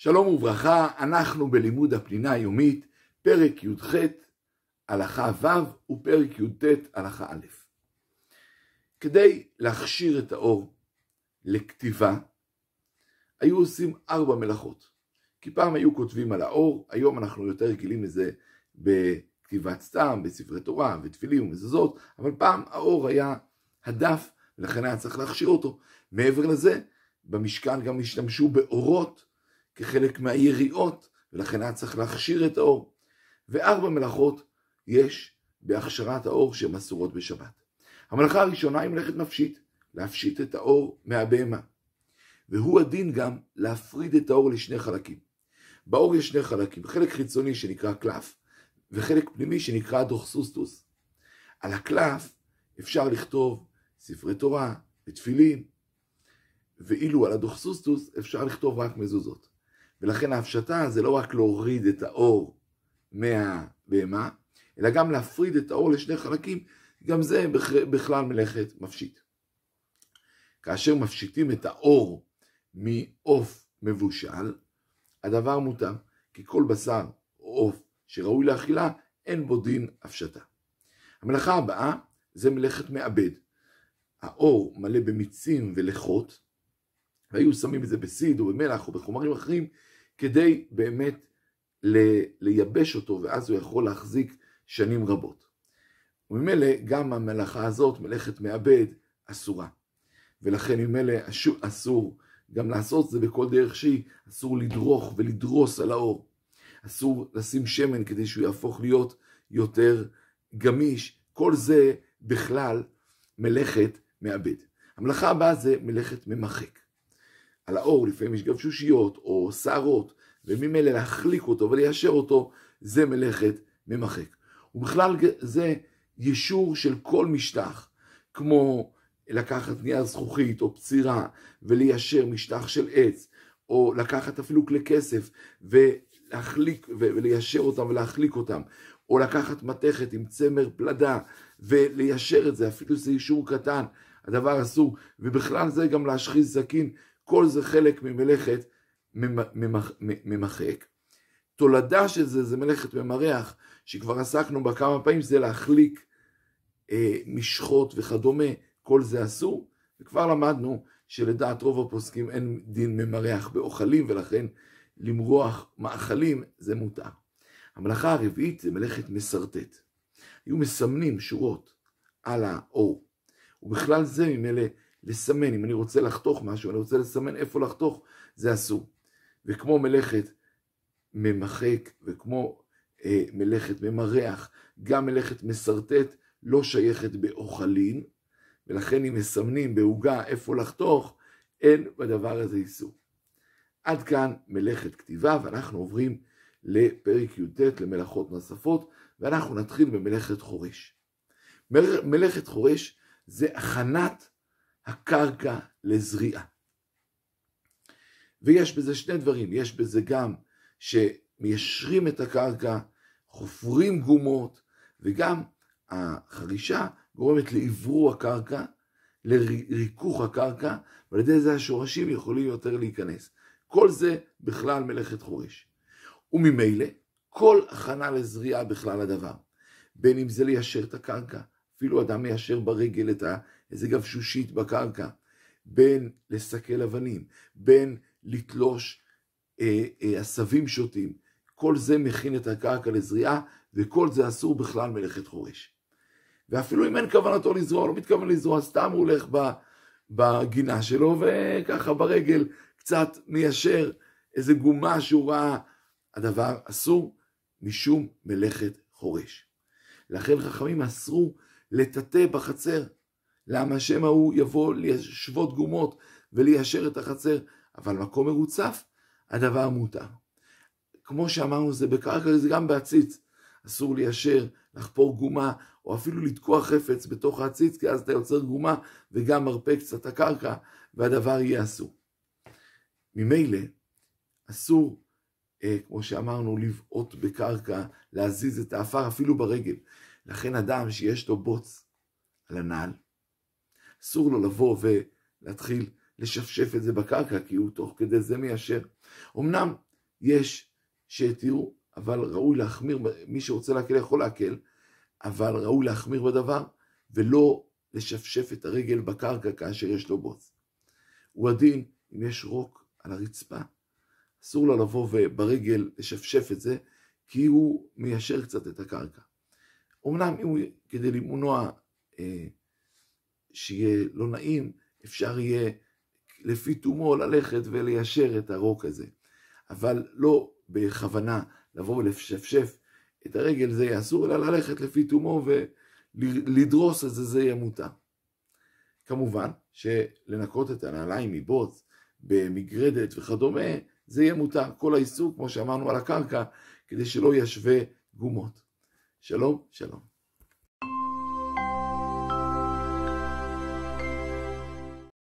שלום וברכה, אנחנו בלימוד הפנינה היומית, פרק י"ח הלכה ו' ופרק י"ט הלכה א'. כדי להכשיר את האור לכתיבה, היו עושים 4 מלאכות. כי פעם היו כותבים על האור, היום אנחנו יותר רגילים לזה בכתיבת סתם, בספרי תורה ותפילים ומזוזות, אבל פעם האור היה הדף, ולכן היה צריך להכשיר אותו. מעבר לזה, במשכן גם השתמשו באורות, כחלק מהיריעות, ולכן היה צריך להכשיר את האור. ו4 מלאכות יש בהכשרת האור שהן אסורות בשבת. המלאכה הראשונה היא מלאכת מפשיט, להפשיט את האור מהבהמה. והוא הדין גם להפריד את האור לשני חלקים. באור יש 2 חלקים, חלק חיצוני שנקרא קלף, וחלק פנימי שנקרא דוכסוסטוס. על הקלף אפשר לכתוב ספרי תורה ותפילין, ואילו על הדוכסוסטוס אפשר לכתוב רק מזוזות. ולכן ההפשטה זה לא רק להוריד את האור מהבהמה, אלא גם להפריד את האור לשני חלקים, גם זה בכלל מלאכת מפשיט. כאשר מפשיטים את האור מעוף מבושל, הדבר מותר, כי כל בשר או עוף שראוי לאכילה, אין בו דין הפשטה. המלאכה הבאה זה מלאכת מעבד. האור מלא במיצים ולחות, והיו שמים את זה בסיד או במלח או בחומרים אחרים, כדי באמת לייבש אותו, ואז הוא יכול להחזיק שנים רבות. וממילא גם המלאכה הזאת, מלאכת מעבד, אסורה. ולכן ממילא אסור גם לעשות זה בכל דרך שהיא, אסור לדרוך ולדרוס על האור. אסור לשים שמן כדי שהוא יהפוך להיות יותר גמיש. כל זה בכלל מלאכת מעבד. המלאכה הבאה זה מלאכת ממחק. על האור לפעמים יש גבשושיות או שערות, וממילא להחליק אותו וליישר אותו, זה מלאכת ממחק. ובכלל זה יישור של כל משטח, כמו לקחת נייר זכוכית או פצירה וליישר משטח של עץ, או לקחת אפילו כלי כסף ולהחליק וליישר אותם ולהחליק אותם, או לקחת מתכת עם צמר פלדה וליישר את זה, אפילו זה יישור קטן, הדבר אסור, ובכלל זה גם להשחיז סכין, כל זה חלק ממלאכת ממחק. תולדה של זה, זה מלאכת ממרח, שכבר עסקנו בה כמה פעמים, זה להחליק משחות וכדומה, כל זה אסור, וכבר למדנו שלדעת רוב הפוסקים אין דין ממרח באוכלים, ולכן למרוח מאכלים זה מותר. המלאכה הרביעית זה מלאכת מסרטט. היו מסמנים שורות על האור, ובכלל זה ממילא לסמן, אם אני רוצה לחתוך משהו, אני רוצה לסמן איפה לחתוך, זה אסור. וכמו מלאכת ממחק, וכמו מלאכת ממרח, גם מלאכת מסרטט לא שייכת באוכלים, ולכן אם מסמנים בעוגה איפה לחתוך, אין בדבר הזה איסור. עד כאן מלאכת כתיבה, ואנחנו עוברים לפרק י"ט, למלאכות נוספות, ואנחנו נתחיל במלאכת חורש. מלאכת חורש זה הכנת הקרקע לזריעה. ויש בזה 2 דברים, יש בזה גם שמיישרים את הקרקע, חופרים גומות, וגם החרישה גורמת לעברור הקרקע, לריכוך הקרקע, ועל ידי זה השורשים יכולים יותר להיכנס. כל זה בכלל מלאכת חורש. וממילא, כל הכנה לזריעה בכלל הדבר. בין אם זה ליישר את הקרקע, אפילו אדם מיישר ברגל את איזה גבשושית בקרקע, בין לסקל אבנים, בין לתלוש עשבים שוטים, כל זה מכין את הקרקע לזריעה, וכל זה אסור בכלל מלאכת חורש. ואפילו אם אין כוונתו לזרוע, לא מתכוון לזרוע, סתם הוא הולך בגינה שלו, וככה ברגל קצת מיישר איזה גומה שהוא ראה, הדבר אסור משום מלאכת חורש. לכן חכמים אסרו לטאטא בחצר, למה שמא הוא יבוא לשבות גומות וליישר את החצר, אבל מקום מרוצף, הדבר מותר. כמו שאמרנו, זה בקרקע, זה גם בעציץ, אסור ליישר, לחפור גומה, או אפילו לתקוע חפץ בתוך העציץ, כי אז אתה יוצר גומה, וגם מרפא קצת הקרקע, והדבר יהיה אסור. ממילא, אסור, כמו שאמרנו, לבעוט בקרקע, להזיז את האפר אפילו ברגל. לכן אדם שיש לו בוץ על הנעל, אסור לו לבוא ולהתחיל לשפשף את זה בקרקע, כי הוא תוך כדי זה מיישר. אמנם יש שהתירו, אבל ראוי להחמיר, מי שרוצה להקל יכול להקל, אבל ראוי להחמיר בדבר, ולא לשפשף את הרגל בקרקע כאשר יש לו בוץ. הוא הדין, אם יש רוק על הרצפה, אסור לו לבוא וברגל לשפשף את זה, כי הוא מיישר קצת את הקרקע. אמנם כדי למנוע שיהיה לא נעים, אפשר יהיה לפי תומו ללכת וליישר את הרוק הזה. אבל לא בכוונה לבוא ולשפשף את הרגל, זה יהיה אסור, אלא ללכת לפי תומו ולדרוס את זה, זה יהיה מותר. כמובן שלנקות את הנעליים מבוץ, במגרדת וכדומה, זה יהיה מותר. כל העיסוק, כמו שאמרנו על הקרקע, כדי שלא ישווה גומות. שלום, שלום.